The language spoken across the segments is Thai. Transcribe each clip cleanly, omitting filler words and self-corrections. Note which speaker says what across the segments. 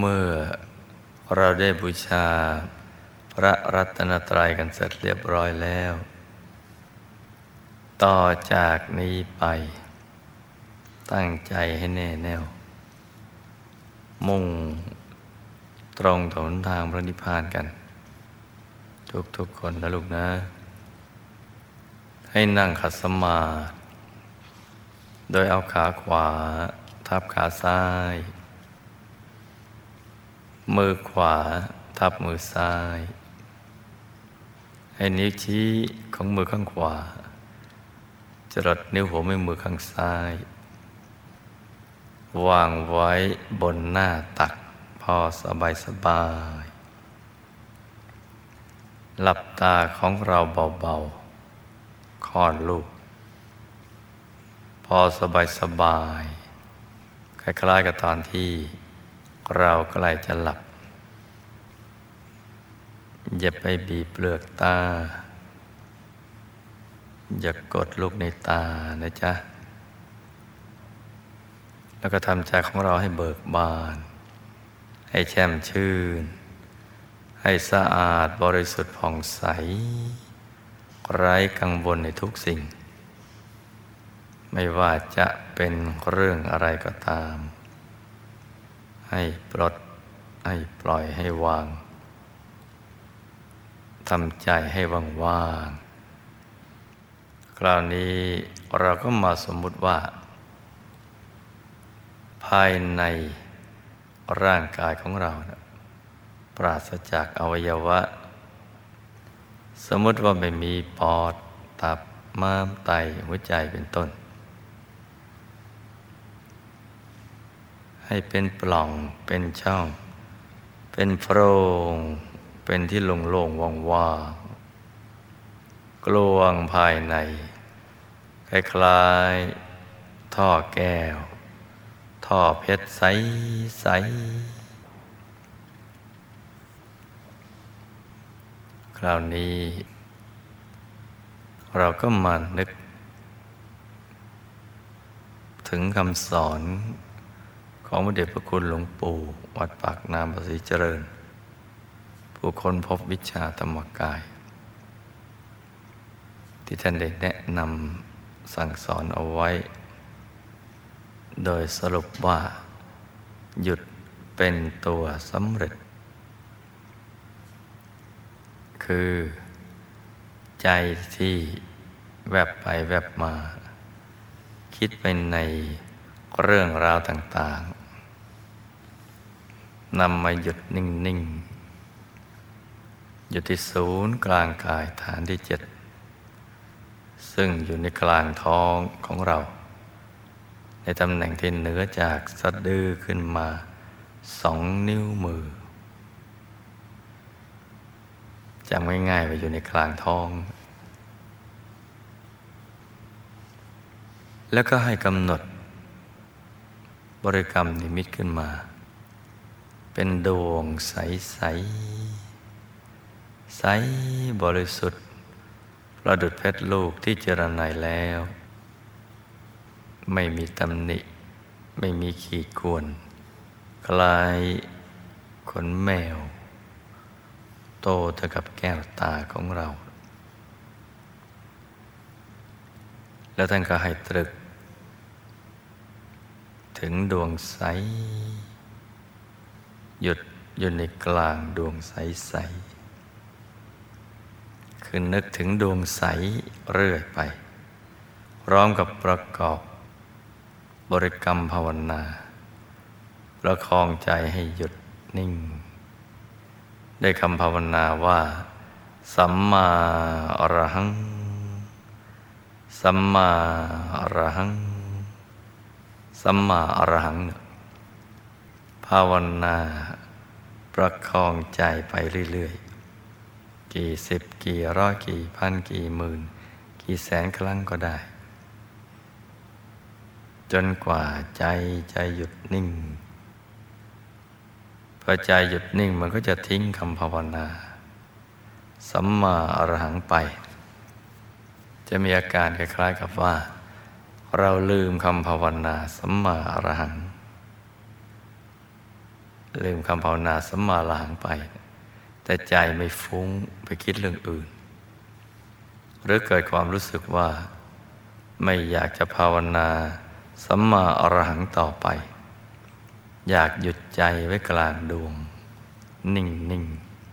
Speaker 1: เมื่อเราได้บูชาพระรัตนตรัยกันเสร็จเรียบร้อยแล้ว ต่อจากนี้ไปตั้งใจให้แน่แน่วมุ่งตรงต่อหนทางพระนิพพานกันทุกคนนะลูกนะ ให้นั่งขัดสมาธิโดยเอาขาขวาทับขาซ้ายมือขวาทับมือซ้ายให้นิ้วชี้ของมือข้างขวาจรดนิ้วหัวแม่มือข้างซ้ายวางไว้บนหน้าตักพอสบายหลับตาของเราเบาๆคลอดลูกพอสบายคล้ายๆกับตอนที่เราใกล้จะหลับอย่าไปบีบเปลือกตาอย่ากดลูกในตานะจ๊ะแล้วก็ทำใจของเราให้เบิกบานให้แช่มชื่นให้สะอาดบริสุทธิ์ผ่องใสไร้กังวลในทุกสิ่งไม่ว่าจะเป็นเรื่องอะไรก็ตามให้ปลดให้ปล่อยให้วางทำใจให้ว่างๆคราวนี้เราก็มาสมมุติว่าภายในร่างกายของเรานะปราศจากอวัยวะสมมติว่าไม่มีปอดตับม้ามไตหัวใจเป็นต้นให้เป็นปล่องเป็นช่องเป็นโพรงเป็นที่โล่งๆว่างๆกลวงภายในคล้ายๆท่อแก้วท่อเพชรใสๆคราวนี้เราก็มานึกถึงคำสอนของพระเดชพระคุณหลวงปู่วัดปากน้ำภาษีเจริญผู้ค้นพบวิชาธรรมกายที่ท่านได้แนะนำสั่งสอนเอาไว้โดยสรุปว่าหยุดเป็นตัวสำเร็จคือใจที่แวบไปแวบมาคิดไปในเรื่องราวต่างๆนำมาหยุดนิ่งๆอยู่ที่ศูนย์กลางกายฐานที่7ซึ่งอยู่ในกลางท้องของเราในตำแหน่งที่เหนือจากสะดือขึ้นมา2 นิ้วมือจำง่ายๆว่าอยู่ในกลางท้องแล้วก็ให้กำหนดบริกรรมนิมิตขึ้นมาเป็นดวงใสๆใสบริสุทธิ์ประดุจเพชรลูกที่เจรไนแล้วไม่มีตำหนิไม่มีขีดข่วนคล้ายขนแมวโตเท่ากับแก้วตาของเราแล้วท่านก็ให้ตรึกถึงดวงใสหยุดอยู่ในกลางดวงใสๆคือนึกถึงดวงใสเรื่อยไปพร้อมกับประกอบบริกรรมภาวนาประคองใจให้หยุดนิ่งได้คำภาวนาว่าสัมมาอรหังสัมมาอรหังสัมมาอรหังภาวนาประคองใจไปเรื่อยๆกี่สิบกี่ร้อยกี่พันกี่หมื่นกี่แสนครั้งก็ได้จนกว่าใจหยุดนิ่งพอใจหยุดนิ่งมันก็จะทิ้งคำภาวนาสัมมาอรหังไปจะมีอาการคล้ายๆกับว่าเราลืมคำภาวนาสัมมาอรหังลืมคำภาวนาสัมมาอรหังไปแต่ใจไม่ฟุ้งไปคิดเรื่องอื่นหรือเกิดความรู้สึกว่าไม่อยากจะภาวนาสัมมาอรหังต่อไปอยากหยุดใจไว้กลางดวงนิ่ง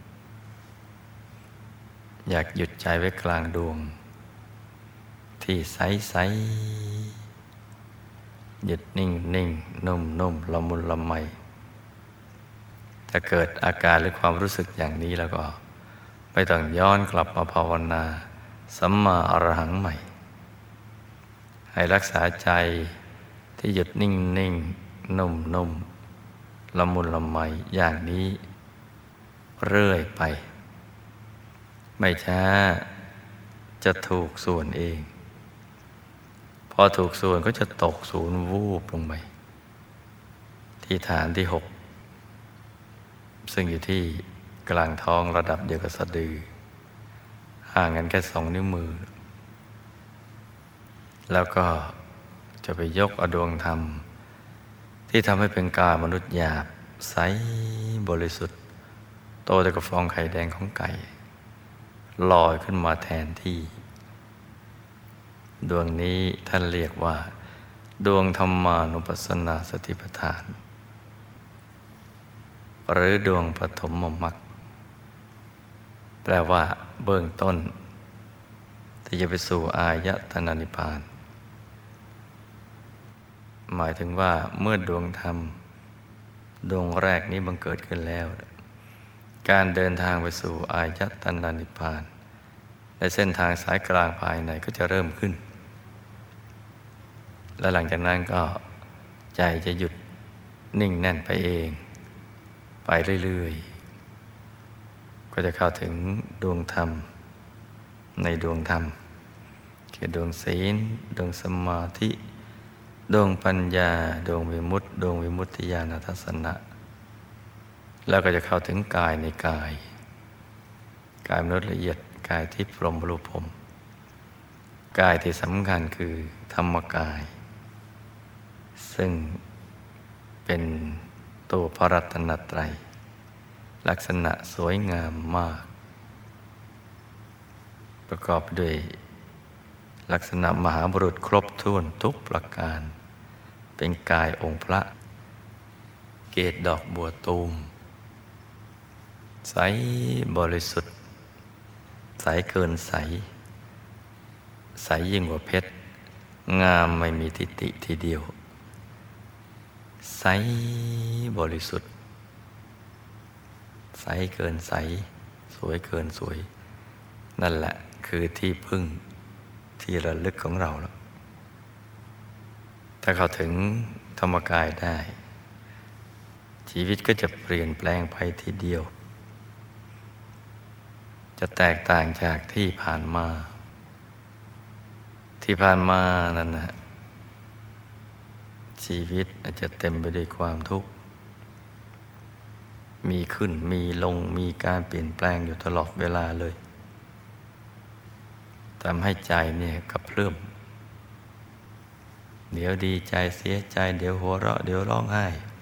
Speaker 1: ๆอยากหยุดใจไว้กลางดวงที่ใสๆหยุดนิ่งๆนุ่มๆละมุนละไมถ้าเกิดอาการหรือความรู้สึกอย่างนี้แล้วก็ไม่ต้องย้อนกลับมาภาวนาสัมมาอรหังใหม่ให้รักษาใจที่หยุดนิ่งๆนุ่มๆละมุนละไมอย่างนี้เรื่อยไปไม่ช้าจะถูกส่วนเองพอถูกส่วนก็จะตกศูนย์วูบลงไปที่ฐานที่ 6ซึ่งอยู่ที่กลางท้องระดับเดียวกับสะดือห่างกันแค่2 นิ้วมือแล้วก็จะไปยกเอาดวงธรรมที่ทำให้เป็นกายมนุษย์หยาบใสบริสุทธิ์โตแต่กับฟองไข่แดงของไก่ลอยขึ้นมาแทนที่ดวงนี้ท่านเรียกว่าดวงธรรมานุปัสสนาสติปัฏฐานหรือดวงปฐมมรรคแปลว่าเบื้องต้นที่จะไปสู่อายตนะนิพพานหมายถึงว่าเมื่อดวงธรรมดวงแรกนี้บังเกิดขึ้นแล้วการเดินทางไปสู่อายตนะนิพพานในเส้นทางสายกลางภายในก็จะเริ่มขึ้นและหลังจากนั้นก็ใจจะหยุดนิ่งแน่นไปเองไปเรื่อยๆก็จะเข้าถึงดวงธรรมในดวงธรรมคือดวงศีลดวงสมาธิดวงปัญญาดวงวิมุตติดวงวิมุตติญาณทัศนะแล้วก็จะเข้าถึงกายในกายมนุษย์ละเอียดกายที่พรหมรูปพรหมกายที่สำคัญคือธรรมกายซึ่งเป็นตัวพระรัตนตรัยลักษณะสวยงามมากประกอบด้วยลักษณะมหาบุรุษครบถ้วนทุกประการเป็นกายองค์พระเกศดอกบัวตูมใสบริสุทธิ์ใสเกินใสใสยิ่งกว่าเพชรงามไม่มีทิฏฐิทีเดียวใสบริสุทธิ์ใสเกินใสสวยเกินสวยนั่นแหละคือที่พึ่งที่ระลึกของเราแล้วถ้าเข้าถึงธรรมกายได้ชีวิตก็จะเปลี่ยนแปลงไปทีเดียวจะแตกต่างจากที่ผ่านมานั่นนะชีวิตอาจจะเต็มไปด้วยความทุกข์มีขึ้นมีลงมีการเปลี่ยนแปลงอยู่ตลอดเวลาเลยทำให้ใจเนี่ยกระเพื่อมเดี๋ยวดีใจเสียใจเดี๋ยวหัวเราะเดี๋ยวร้องไห้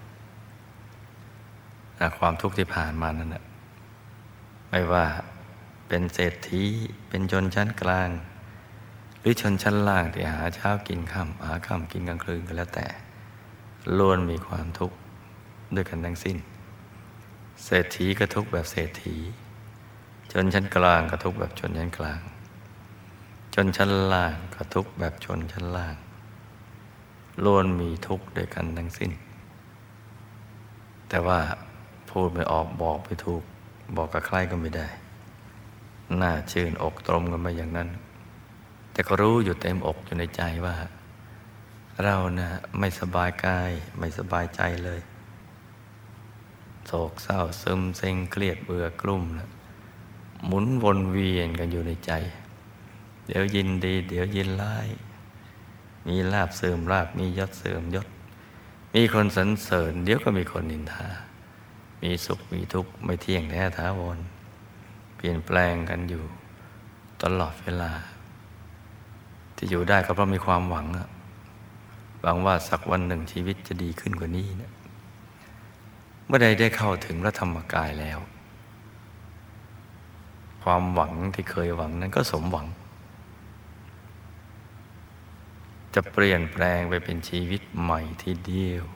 Speaker 1: ความทุกข์ที่ผ่านมานั่นแหละไม่ว่าเป็นเศรษฐีเป็นชนชั้นกลางหรือชนชั้นล่างที่หาเช้ากินค่ำหาค่ำกินกลางคืนก็แล้วแต่ล้วนมีความทุกข์ด้วยกันทั้งสิ้นเศรษฐีก็ทุกข์แบบเศรษฐีชนชั้นกลางก็ทุกข์แบบชนชั้นกลางชนชั้นล่างก็ทุกข์แบบชนชั้นล่างล้วนมีทุกข์ด้วยกันทั้งสิ้นแต่ว่าพูดไม่ออกบอกไม่ถูกบอกกับใครก็ไม่ได้หน้าชื่นอกตรมกันมาอย่างนั้นแต่ก็รู้อยู่เต็มอกอยู่ในใจว่าเรานะไม่สบายกายไม่สบายใจเลยโศกเศร้าซึมเซ็งเครียดเบื่อกลุ้มนะหมุนวนเวียนกันอยู่ในใจเดี๋ยวยินดีเดี๋ยวยินร้ายมีลาภเสื่อมลาภมียศเสื่อมยศมีคนสรรเสริญเดี๋ยวก็มีคนนินทามีสุขมีทุกข์ไม่เที่ยงแท้ถาวรเปลี่ยนแปลงกันอยู่ตลอดเวลาที่อยู่ได้ก็เพราะมีความหวังหวังว่าสักวันหนึ่งชีวิตจะดีขึ้นกว่านี้นะเมื่อใดได้เข้าถึงพระธรรมกายแล้ว ความหวังที่เคยหวังนั้นก็สมหวัง จะเปลี่ยนแปลงไปเป็นชีวิตใหม่ทีเดียว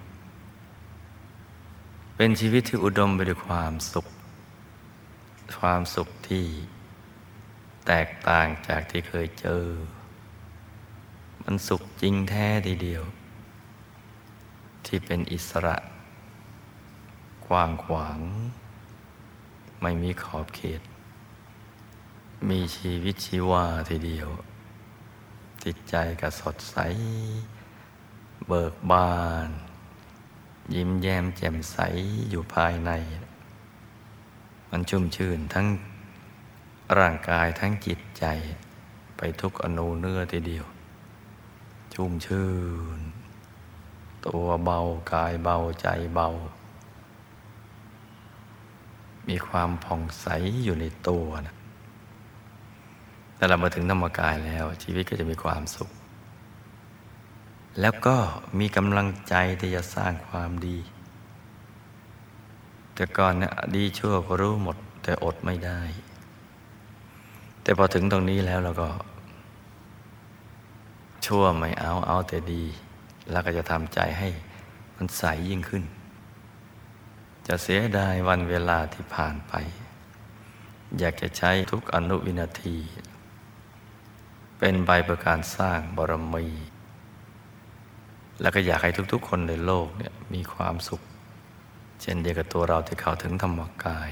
Speaker 1: เป็นชีวิตที่อุดมไปด้วยความสุข ความสุขที่แตกต่างจากที่เคยเจอ มันสุขจริงแท้ทีเดียว ที่เป็นอิสระ กว้างขวาง ไม่มีขอบเขต มีชีวิตชีวาทีเดียว จิตใจก็สดใส เบิกบาน ยิ้มแย้มแจ่มใสอยู่ภายใน มันชุ่มชื่นทั้งร่างกายทั้งจิตใจไปทุกอนูเนื้อทีเดียว ชุ่มชื่น ตัวเบากายเบาใจเบา มีความผ่องใสอยู่ในตัวนะแต่เรามาถึงธรรมกายแล้วชีวิตก็จะมีความสุข แล้วก็มีกำลังใจที่จะสร้างความดี แต่ก่อนเนี่ยดีชั่วก็รู้หมดแต่อดไม่ได้ แต่พอถึงตรงนี้แล้วเราก็ชั่วไม่เอาแต่ดี แล้วก็จะทำใจให้มันใสยิ่งขึ้น จะเสียดายวันเวลาที่ผ่านไป อยากจะใช้ทุกอนุวินาทีเป็นใบประการสร้างบารมี แล้วก็อยากให้ทุกๆคนในโลกเนี่ยมีความสุขเช่นเดียวกับตัวเราที่เข้าถึงธรรมกาย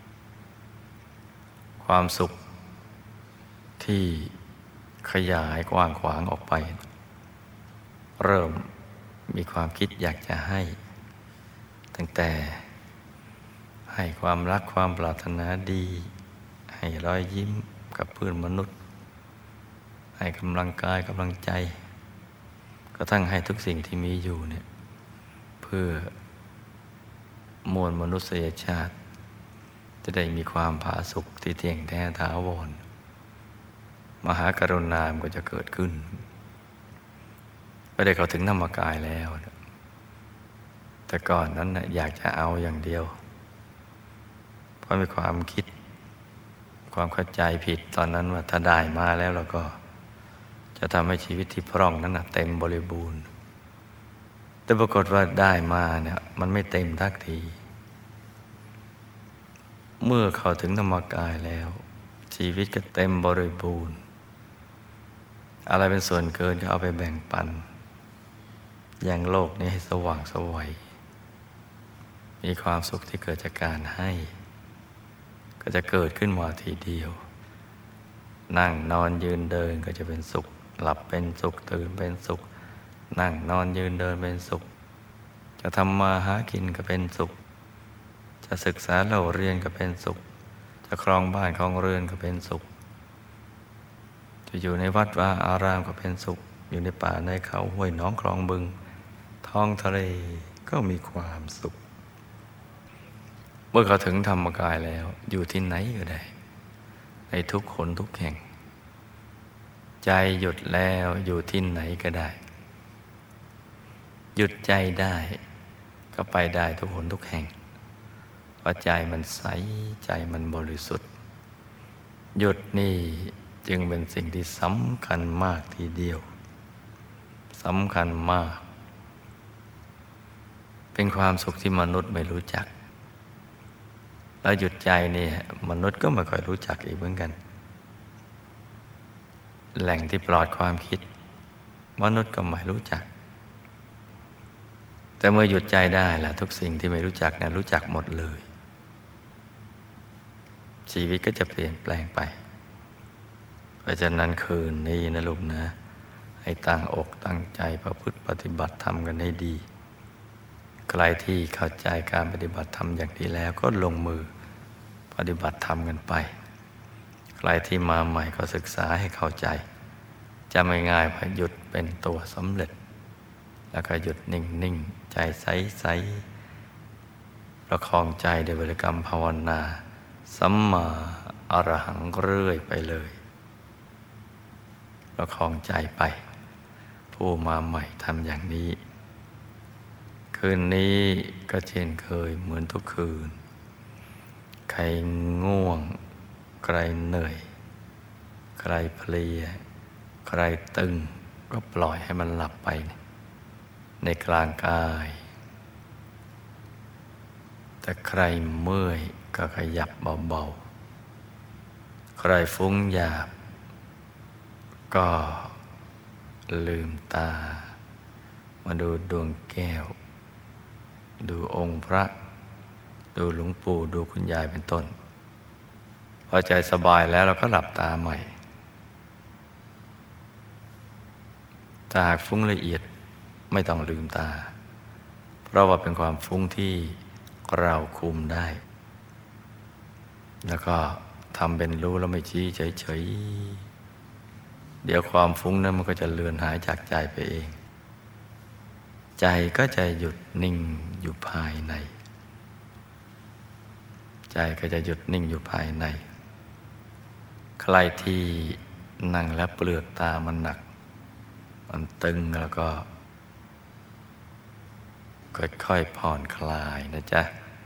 Speaker 1: ความสุขที่ขยายกว้างขวางออกไป เริ่มมีความคิดอยากจะให้ตั้งแต่ให้ความรักความปรารถนาดีให้รอยยิ้มกับเพื่อนมนุษย์ให้กำลังกายกำลังใจก็ทั้งให้ทุกสิ่งที่มีอยู่เนี่ยเพื่อมวลมนุษยชาติจะได้มีความผาสุกที่เที่ยงแท้ถาวรมหากรุณาก็จะเกิดขึ้นไม่ได้เข้าถึงธรรมกายแล้วแต่ก่อนนั้นนะอยากจะเอาอย่างเดียวเพราะมีความคิดความเข้าใจผิดตอนนั้นว่าถ้าได้มาแล้วเราก็จะทำให้ชีวิตที่พร่องนั้นนะเต็มบริบูรณ์แต่ปรากฏว่าได้มาเนี่ยมันไม่เต็มทักทีเมื่อเข้าถึงธรรมกายแล้วชีวิตก็เต็มบริบูรณ์อะไรเป็นส่วนเกินก็เอาไปแบ่งปันอย่างโลกนี้ให้สว่างไสวมีความสุขที่เกิดจากการให้ก็จะเกิดขึ้นมาทีเดียวนั่งนอนยืนเดินก็จะเป็นสุขหลับเป็นสุขตื่นเป็นสุขนั่งนอนยืนเดินเป็นสุขจะทำมาหากินก็เป็นสุขจะศึกษาเล่าเรียนก็เป็นสุขจะครองบ้านครองเรือนก็เป็นสุขจะอยู่ในวัดวาอารามก็เป็นสุขอยู่ในป่าในเขาห้วยหนองคลองบึงท้องทะเลก็มีความสุขเมื่อเขาถึงธรรมกายแล้วอยู่ที่ไหนก็ได้ในทุกคนทุกแห่งใจหยุดแล้วอยู่ที่ไหนก็ได้หยุดใจได้ก็ไปได้ทุกคนทุกแห่งเพราะใจมันใสใจมันบริสุทธิ์หยุดนี่จึงเป็นสิ่งที่สำคัญมากทีเดียวสำคัญมากเป็นความสุขที่มนุษย์ไม่รู้จักแล้วหยุดใจนี่มนุษย์ก็ไม่ค่อยรู้จักอีกเหมือนกันแหล่งที่ปลอดความคิดมนุษย์ก็ไม่รู้จักแต่เมื่อหยุดใจได้ล่ะทุกสิ่งที่ไม่รู้จักนะรู้จักหมดเลยชีวิตก็จะเปลี่ยนแปลงไปเพราะฉะนั้นคืนนี้นะลูกนะให้ตั้งอกตั้งใจประพฤติปฏิบัติธรรมกันให้ดีใครที่เข้าใจการปฏิบัติธรรมอย่างดีแล้วก็ลงมือปฏิบัติธรรมกันไปใครที่มาใหม่ก็ศึกษาให้เข้าใจจะไม่ง่ายเพราะหยุดเป็นตัวสำเร็จแล้วก็หยุดนิ่งๆใจใสๆประคองใจด้วยบริกรรมภาวนาสัมมาอรหังเรื่อยไปเลยประคองใจไปผู้มาใหม่ทำอย่างนี้คืนนี้ก็เช่นเคยเหมือนทุกคืน ใครง่วงใครเหนื่อยใครเพลียใครตึงก็ปล่อยให้มันหลับไปในกลางกายแต่ใครเมื่อยก็ขยับเบาๆใครฟุ้งหยาบก็ลืมตามาดูดวงแก้วดูองค์พระดูหลวงปู่ดูคุณยายเป็นต้นพอใจสบายแล้วเราก็หลับตาใหม่ถ้าหากฟุ้งละเอียดไม่ต้องลืมตาเพราะว่าเป็นความฟุ้งที่เราคุมได้แล้วก็ทำเป็นรู้แล้วไม่ชี้เฉยๆเดี๋ยวความฟุ้งนั้นมันก็จะเลือนหายจากใจไปเองใจก็จะหยุดนิ่งอยู่ภายในใจก็จะหยุดนิ่งอยู่ภายในใครที่นั่งแล้วเปลือกตามันหนักมันตึงแล้วก็ค่อยๆผ่อนคลายนะจ๊ะ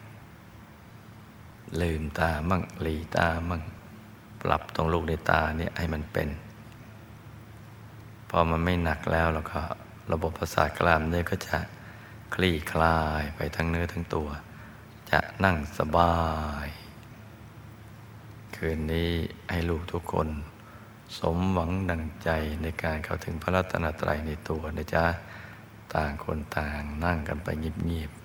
Speaker 1: ลืมตามั่งหลีตามั่งปรับตรงลูกในตาเนี่ยให้มันเป็นพอมันไม่หนักแล้วเราก็ระบบประสาทกล้ามเนื้อก็จะคลี่คลายไปทั้งเนื้อทั้งตัวจะนั่งสบายคืนนี้ให้ลูกทุกคนสมหวังดังใจในการเข้าถึงพระรัตนตรัยในตัวนะจ๊ะต่างคนต่างนั่งกันไปเงียบๆ